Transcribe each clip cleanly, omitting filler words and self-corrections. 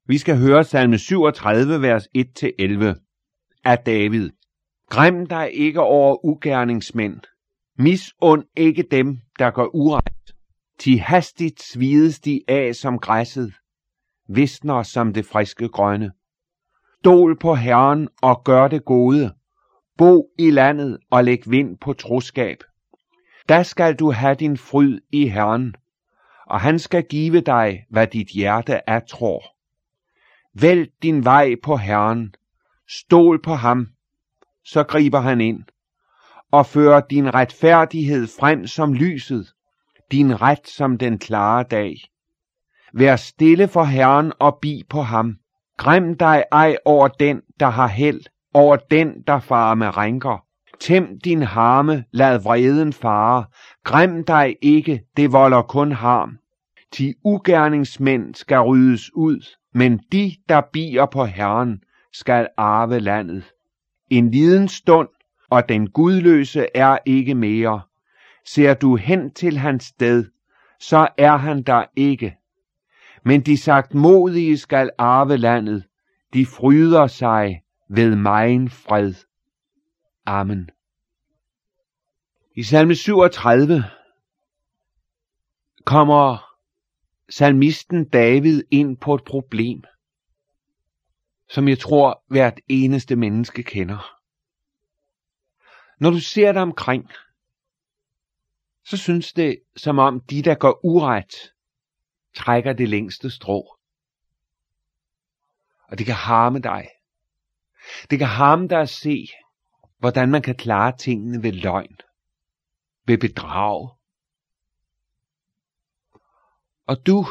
Vi skal høre salme 37, vers 1-11 af David. Græm dig ikke over ugerningsmænd. Misund ikke dem, der gør uret. Ti hastigt svides de af som græsset, visner som det friske grønne. Stol på Herren og gør det gode. Bo i landet og læg vind på troskab. Da skal du have din fryd i Herren, og han skal give dig, hvad dit hjerte tror. Vælg din vej på Herren, stol på ham, så griber han ind, og fører din retfærdighed frem som lyset, din ret som den klare dag. Vær stille for Herren og bi på ham. Græm dig ej over den, der har held, over den, der farer med rænker. Tæm din harme, lad vreden fare. Græm dig ikke, det volder kun harm. De ugerningsmænd skal ryddes ud, men de, der bier på Herren, skal arve landet. En liden stund, og den gudløse er ikke mere. Ser du hen til hans sted, så er han der ikke. Men de sagtmodige skal arve landet, de fryder sig ved megen fred. Amen. I salme 37 kommer salmisten David ind på et problem, som jeg tror hvert eneste menneske kender. Når du ser dig omkring, så synes det som om de, der gør uret, trækker det længste strå. Og det kan harme dig. Det kan harme dig at se, hvordan man kan klare tingene ved løgn, ved bedrag. Og du,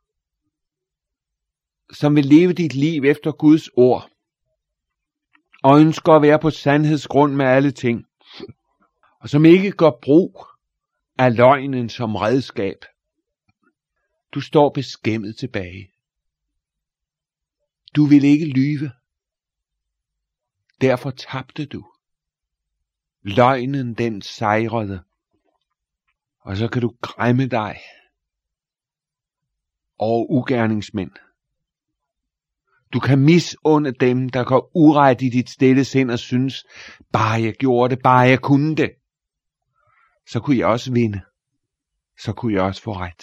som vil leve dit liv efter Guds ord, og ønsker at være på sandhedsgrund med alle ting, og som ikke gør brug af løgnen som redskab, du står beskæmmet tilbage. Du vil ikke lyve. Derfor tabte du. Løgnen den sejrede. Og så kan du græmme dig over ugerningsmænd. Du kan misunde dem, der går uret i dit stille sind og synes, bare jeg gjorde det, bare jeg kunne det. Så kunne jeg også vinde. Så kunne jeg også få ret.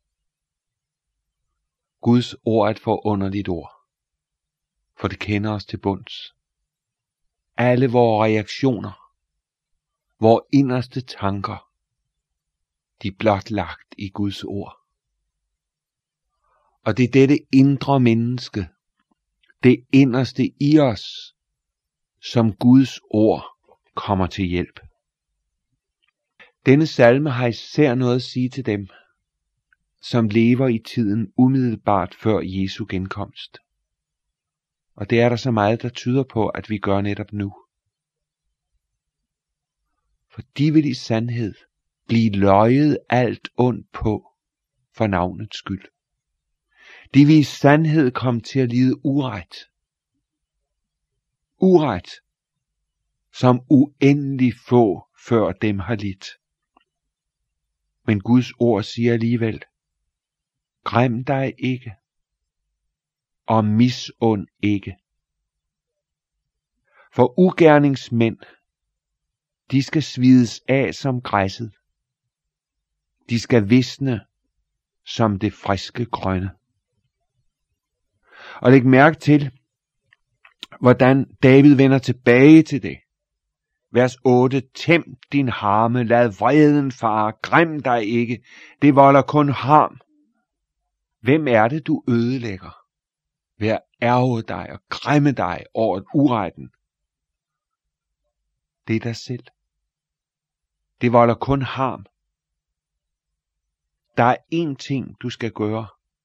Guds ord er et forunderligt ord, for det kender os til bunds. Alle vores reaktioner, vores inderste tanker, de er blotlagt i Guds ord. Og det er dette indre menneske, det inderste i os, som Guds ord kommer til hjælp. Denne salme har især noget at sige til dem, som lever i tiden umiddelbart før Jesu genkomst. Og det er der så meget, der tyder på, at vi gør netop nu. For de vil i sandhed blive løjet alt ondt på for navnets skyld. De vil i sandhed komme til at lide uret. Uret, som uendelig få før dem har lidt. Men Guds ord siger alligevel, græm dig ikke, og misund ikke. For ugerningsmænd, de skal svides af som græsset. De skal visne som det friske grønne. Og læg mærke til, hvordan David vender tilbage til det. Vers 8. Tæm din harme, lad vreden fare, græm dig ikke, det volder kun harm. Hvem er det, du ødelægger? Ved at ærge dig og græmme dig over uretten. Det er dig selv. Det volder kun harm. Der er én ting, du skal gøre.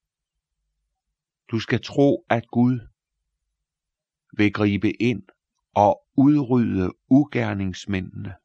Du skal tro, at Gud vil gribe ind og udrydde ugerningsmændene.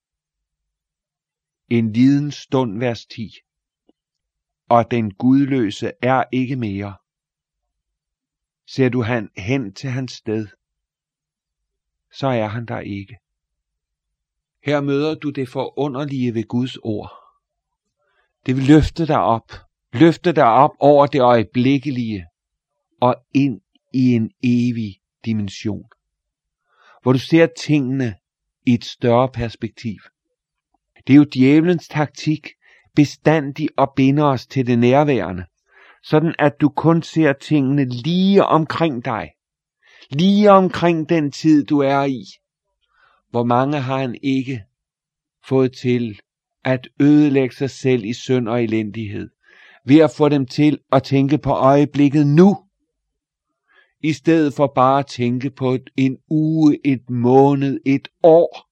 En liden stund, vers 10. Og den gudløse er ikke mere. Ser du han hen til hans sted, så er han der ikke. Her møder du det forunderlige ved Guds ord. Det vil løfte dig op over det øjeblikkelige og ind i en evig dimension, hvor du ser tingene i et større perspektiv. Det er jo djævelens taktik bestandigt at binde os til det nærværende, sådan at du kun ser tingene lige omkring dig, lige omkring den tid, du er i. Hvor mange har han ikke fået til at ødelægge sig selv i synd og elendighed, ved at få dem til at tænke på øjeblikket nu, i stedet for bare at tænke på en uge, et måned, et år.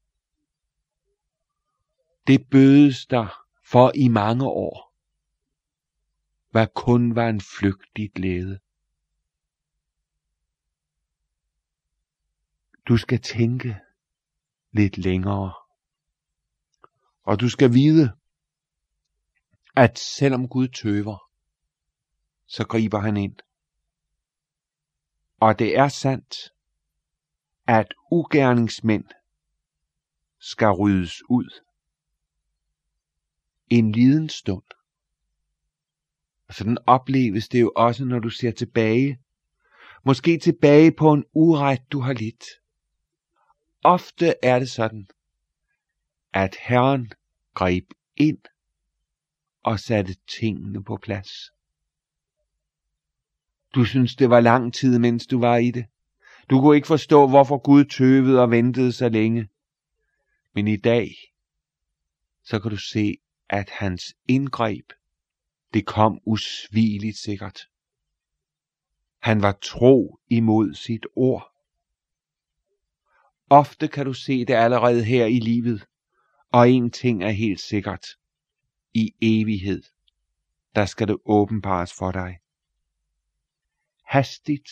Det bødes der for i mange år, hvad kun var en flygtig glæde. Du skal tænke lidt længere, og du skal vide, at selvom Gud tøver, så griber han ind. Og det er sandt, at ugerningsmænd skal ryddes ud en liden stund. Og sådan opleves det jo også, når du ser tilbage. Måske tilbage på en uret, du har lidt. Ofte er det sådan, at Herren greb ind og satte tingene på plads. Du synes, det var lang tid, mens du var i det. Du kunne ikke forstå, hvorfor Gud tøvede og ventede så længe. Men i dag, så kan du se, at hans indgreb, det kom usvigeligt sikkert. Han var tro imod sit ord. Ofte kan du se det allerede her i livet, og en ting er helt sikkert. I evighed, der skal det åbenbares for dig. Hastigt,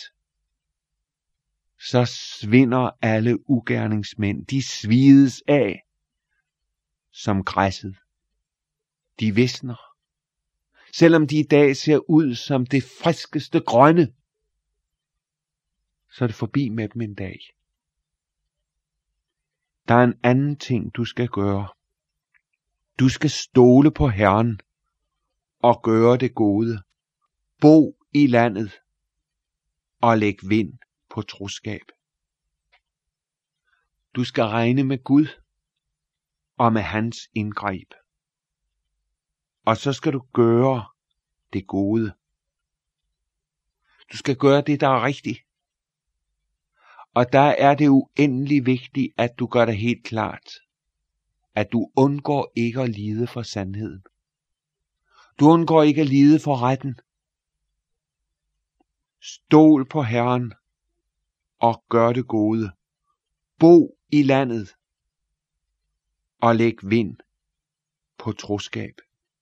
så svinder alle ugerningsmænd. De svides af som græsset. De visner, selvom de i dag ser ud som det friskeste grønne, så er det forbi med dem en dag. Der er en anden ting, du skal gøre. Du skal stole på Herren og gøre det gode. Bo i landet og læg vind på troskab. Du skal regne med Gud og med hans indgreb. Og så skal du gøre det gode. Du skal gøre det, der er rigtigt. Og der er det uendelig vigtigt, at du gør det helt klart, at du undgår ikke at lide for sandheden. Du undgår ikke at lide for retten. Stol på Herren og gør det gode. Bo i landet og læg vind på troskab.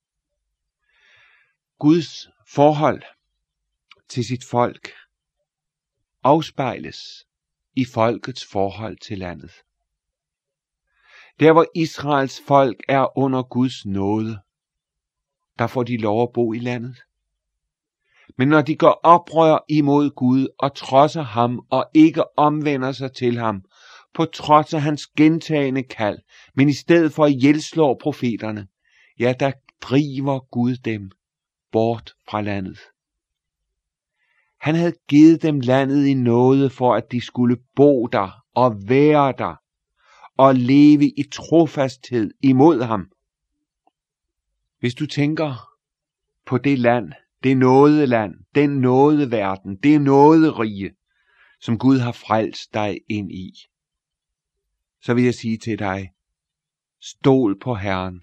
Guds forhold til sit folk afspejles i folkets forhold til landet. Der hvor Israels folk er under Guds nåde, der får de lov at bo i landet. Men når de går oprør imod Gud og trodser ham og ikke omvender sig til ham, på trods af hans gentagne kald, men i stedet for at ihjelslå profeterne, ja, der driver Gud dem bort fra landet. Han havde givet dem landet i nåde for, at de skulle bo der og være der og leve i trofasthed imod ham. Hvis du tænker på det land, det nåde land, den nåde verden, det nåde rige, som Gud har frelst dig ind i, så vil jeg sige til dig, stol på Herren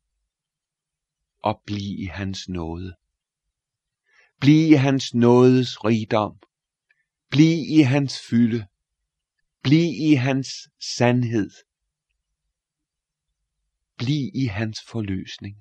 og bliv i hans nåde. Bliv i hans nådes rigdom. Bliv i hans fylde. Bliv i hans sandhed. Bliv i hans forløsning.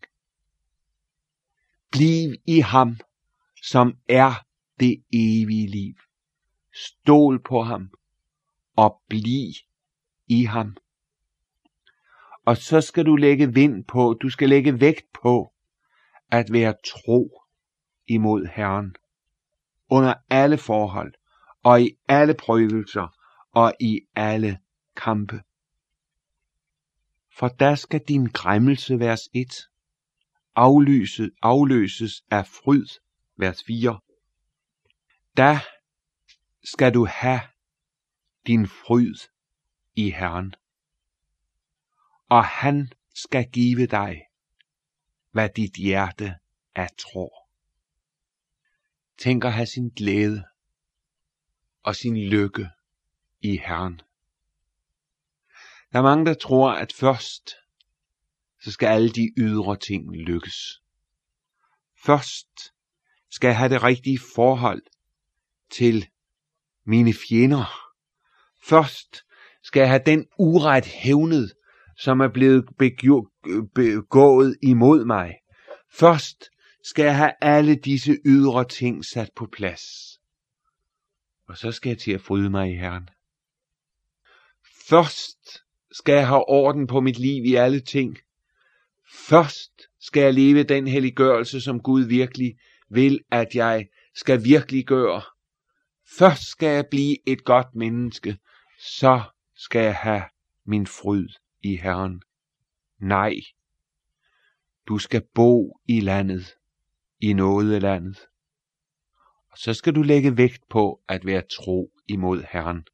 Bliv i ham, som er det evige liv. Stol på ham og bliv i ham. Og så skal du lægge vind på, du skal lægge vægt på at være tro imod Herren under alle forhold og i alle prøvelser og i alle kampe. For der skal din græmmelse, vers 1, afløses af fryd, vers 4. Da skal du have din fryd i Herren, og han skal give dig, hvad dit hjerte er tror. Tænk at have sin glæde og sin lykke i Herren. Der er mange, der tror, at først så skal alle de ydre ting lykkes. Først skal jeg have det rigtige forhold til mine fjender. Først skal jeg have den uret hævnet, som er blevet begået imod mig. Først skal jeg have alle disse ydre ting sat på plads. Og så skal jeg til at fryde mig i Herren. Først skal jeg have orden på mit liv i alle ting. Først skal jeg leve den helliggørelse, som Gud virkelig vil, at jeg skal virkelig gøre. Først skal jeg blive et godt menneske. Så skal jeg have min fryd i Herren. Nej, du skal bo i landet, i nådelandet. Og så skal du lægge vægt på at være tro imod Herren.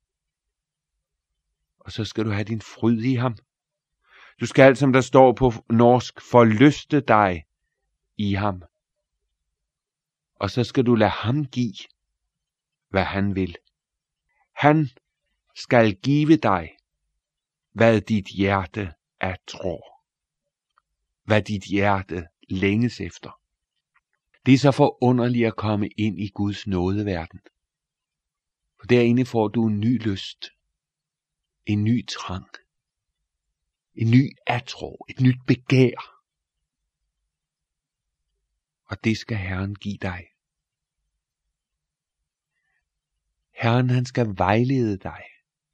Og så skal du have din fryd i ham. Du skal, som der står på norsk, forlyste dig i ham. Og så skal du lade ham give, hvad han vil. Han skal give dig, hvad dit hjerte er tror. Hvad dit hjerte længes efter. Det er så forunderligt at komme ind i Guds nådeverden. For derinde får du en ny lyst, en ny trang, en ny atro, et nyt begær. Og det skal Herren give dig. Herren, han skal vejlede dig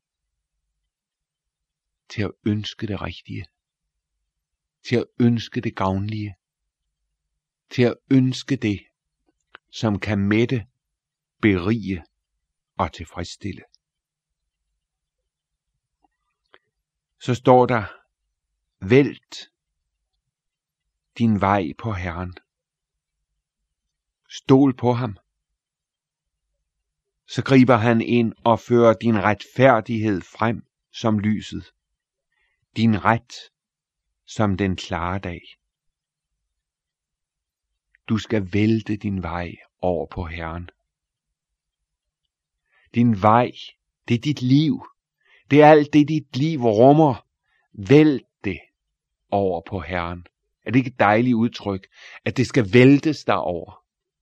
til at ønske det rigtige, til at ønske det gavnlige, til at ønske det, som kan mætte, berige og tilfredsstille. Så står der, vælt din vej på Herren. Stol på ham. Så griber han ind og fører din retfærdighed frem som lyset. Din ret som den klare dag. Du skal vælte din vej over på Herren. Din vej, det er dit liv. Det er alt det, dit liv rummer. Vælt det over på Herren. Er det ikke et dejligt udtryk, at det skal væltes derover?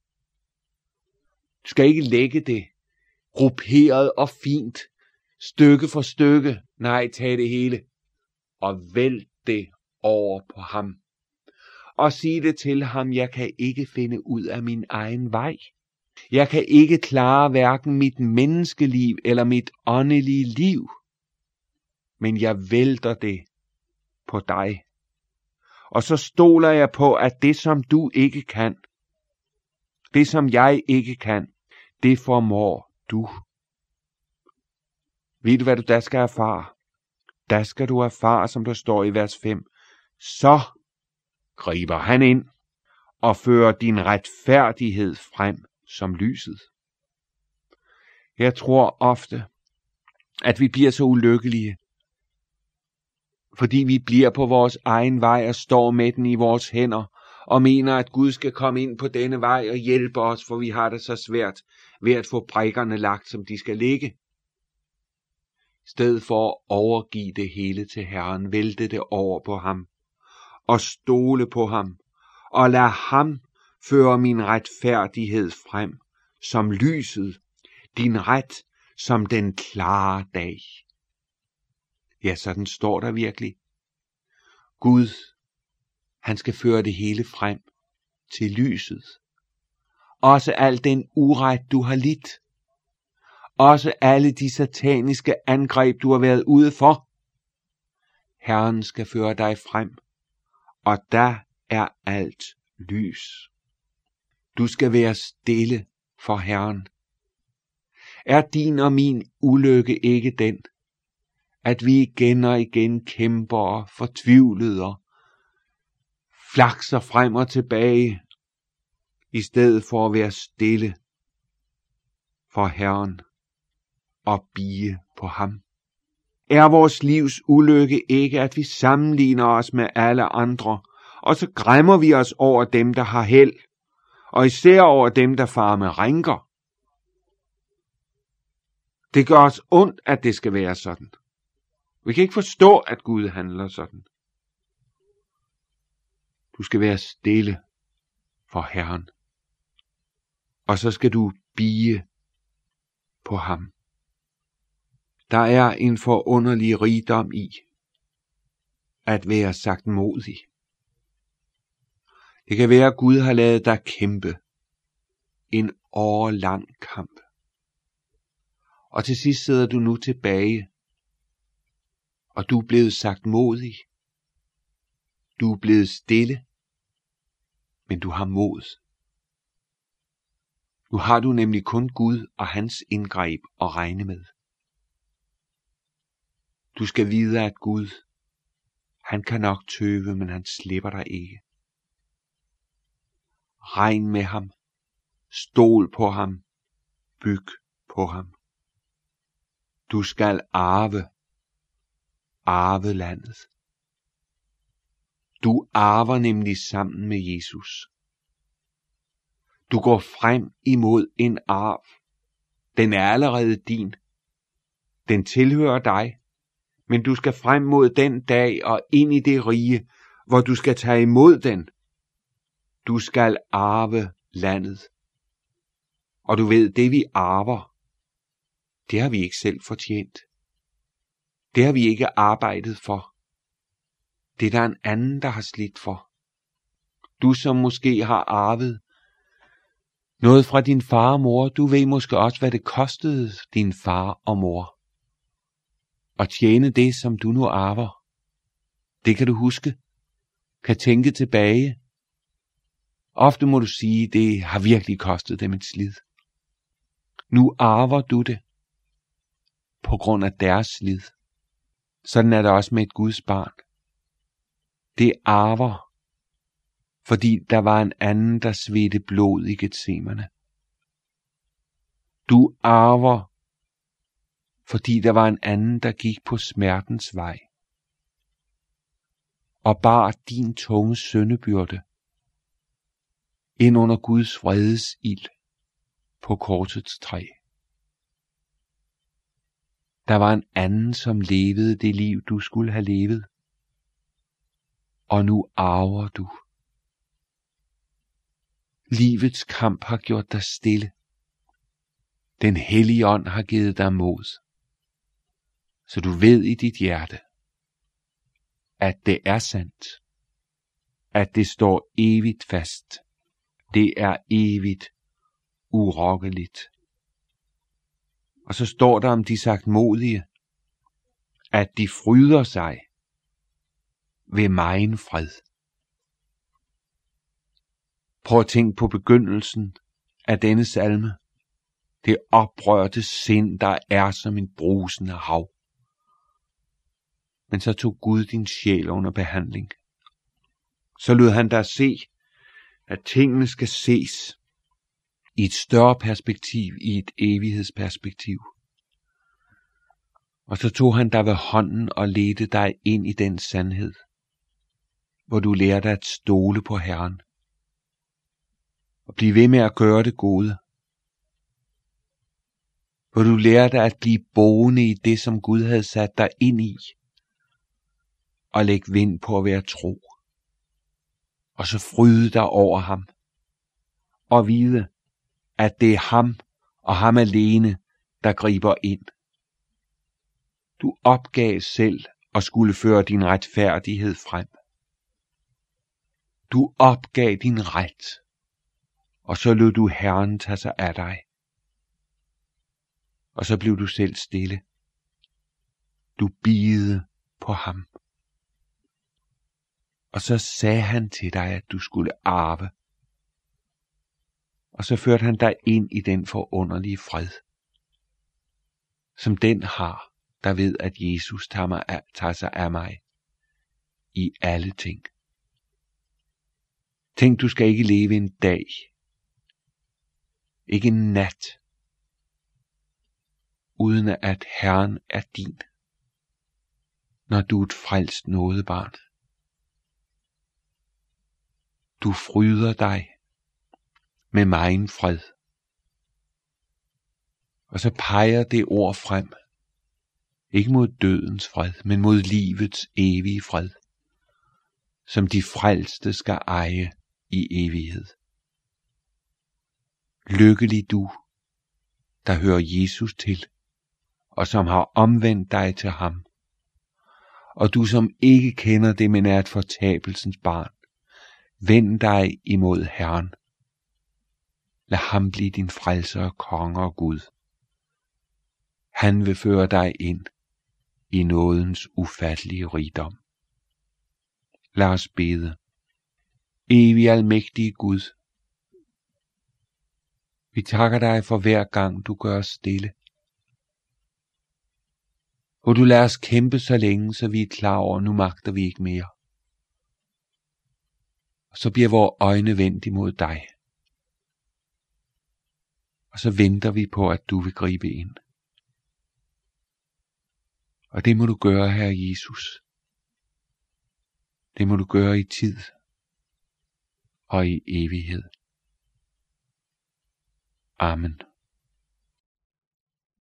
Du skal ikke lægge det grupperet og fint, stykke for stykke. Nej, tag det hele og vælt det over på ham. Og sig det til ham, jeg kan ikke finde ud af min egen vej. Jeg kan ikke klare hverken mit menneskeliv eller mit åndelige liv. Men jeg vælter det på dig. Og så stoler jeg på, at det som du ikke kan, det som jeg ikke kan, det formår du. Ved du hvad du der skal erfare? Der skal du erfare, som der står i vers 5. Så griber han ind og fører din retfærdighed frem som lyset. Jeg tror ofte, at vi bliver så ulykkelige, fordi vi bliver på vores egen vej og står med den i vores hænder, og mener, at Gud skal komme ind på denne vej og hjælpe os, for vi har det så svært ved at få brikkerne lagt, som de skal ligge. I stedet for at overgive det hele til Herren, vælte det over på ham, og stole på ham, og lad ham føre min retfærdighed frem, som lyset, din ret som den klare dag. Ja, sådan står der virkelig. Gud, han skal føre det hele frem til lyset. Også al den uret, du har lidt. Også alle de sataniske angreb, du har været ude for. Herren skal føre dig frem, og der er alt lys. Du skal være stille for Herren. Er din og min ulykke ikke den, at vi igen og igen kæmper og fortvivlede og flakser frem og tilbage, i stedet for at være stille for Herren og bie på ham? Er vores livs ulykke ikke, at vi sammenligner os med alle andre, og så græmmer vi os over dem, der har held, og især over dem, der farer med rynker? Det gør os ondt, at det skal være sådan. Vi kan ikke forstå, at Gud handler sådan. Du skal være stille for Herren, og så skal du bie på ham. Der er en forunderlig rigdom i at være sagtmodig. Det kan være, at Gud har ladet dig kæmpe en årelang kamp. Og til sidst sidder du nu tilbage, og du er blevet sagtmodig. Du er blevet stille, men du har mod. Nu har du nemlig kun Gud og hans indgreb at regne med. Du skal vide, at Gud, han kan nok tøve, men han slipper dig ikke. Regn med ham. Stol på ham. Byg på ham. Du skal arve landet. Du arver nemlig sammen med Jesus. Du går frem imod en arv. Den er allerede din. Den tilhører dig. Men du skal frem mod den dag og ind i det rige, hvor du skal tage imod den. Du skal arve landet. Og du ved, det vi arver, det har vi ikke selv fortjent. Det har vi ikke arbejdet for. Det er der en anden, der har slidt for. Du som måske har arvet noget fra din far og mor, du ved måske også, hvad det kostede din far og mor at tjene det, som du nu arver. Det kan du huske. Kan tænke tilbage. Ofte må du sige, det har virkelig kostet dem et slid. Nu arver du det på grund af deres slid. Sådan er det også med et Guds barn. Det arver, fordi der var en anden, der svedte blod i Getsemane. Du arver, fordi der var en anden, der gik på smertens vej og bar din tunge syndebyrde ind under Guds vredes ild på korsets træ. Der var en anden, som levede det liv, du skulle have levet, og nu arver du. Livets kamp har gjort dig stille. Den hellige ånd har givet dig mod. Så du ved i dit hjerte, at det er sandt. At det står evigt fast. Det er evigt urokkeligt. Og så står der om de sagtmodige, at de fryder sig ved megen fred. Prøv at tænke på begyndelsen af denne salme. Det oprørte sind, der er som en brusende hav. Men så tog Gud din sjæl under behandling. Så lod han dig se, at tingene skal ses i et større perspektiv, i et evighedsperspektiv. Og så tog han dig ved hånden og ledte dig ind i den sandhed, hvor du lærte at stole på Herren. Og blive ved med at gøre det gode. Hvor du lærte at blive boende i det, som Gud havde sat dig ind i. Og lægge vind på at være tro. Og så fryde dig over ham. Og vide, at det er ham og ham alene, der griber ind. Du opgav selv og skulle føre din retfærdighed frem. Du opgav din ret, og så lod du Herren tage sig af dig. Og så blev du selv stille. Du biede på ham. Og så sagde han til dig, at du skulle arve. Og så førte han dig ind i den forunderlige fred, som den har, der ved, at Jesus tager sig af mig i alle ting. Tænk, du skal ikke leve en dag, ikke en nat, uden at Herren er din, når du er et frelst nådebarn. Du fryder dig med megen fred. Og så peger det ord frem, ikke mod dødens fred, men mod livets evige fred, som de frelste skal eje i evighed. Lykkelig du, der hører Jesus til, og som har omvendt dig til ham. Og du, som ikke kender det, men er et fortabelsens barn, vend dig imod Herren. Lad ham blive din frelser, konge og Gud. Han vil føre dig ind i nådens ufattelige rigdom. Lad os bede. Evig almægtige Gud, vi takker dig for hver gang du gør os stille. Og du lader os kæmpe så længe, så vi er klar over, nu magter vi ikke mere. Og så bliver vores øjne vendt imod dig. Og så venter vi på, at du vil gribe ind. Og det må du gøre, Herre Jesus. Det må du gøre i tid og i evighed. Amen.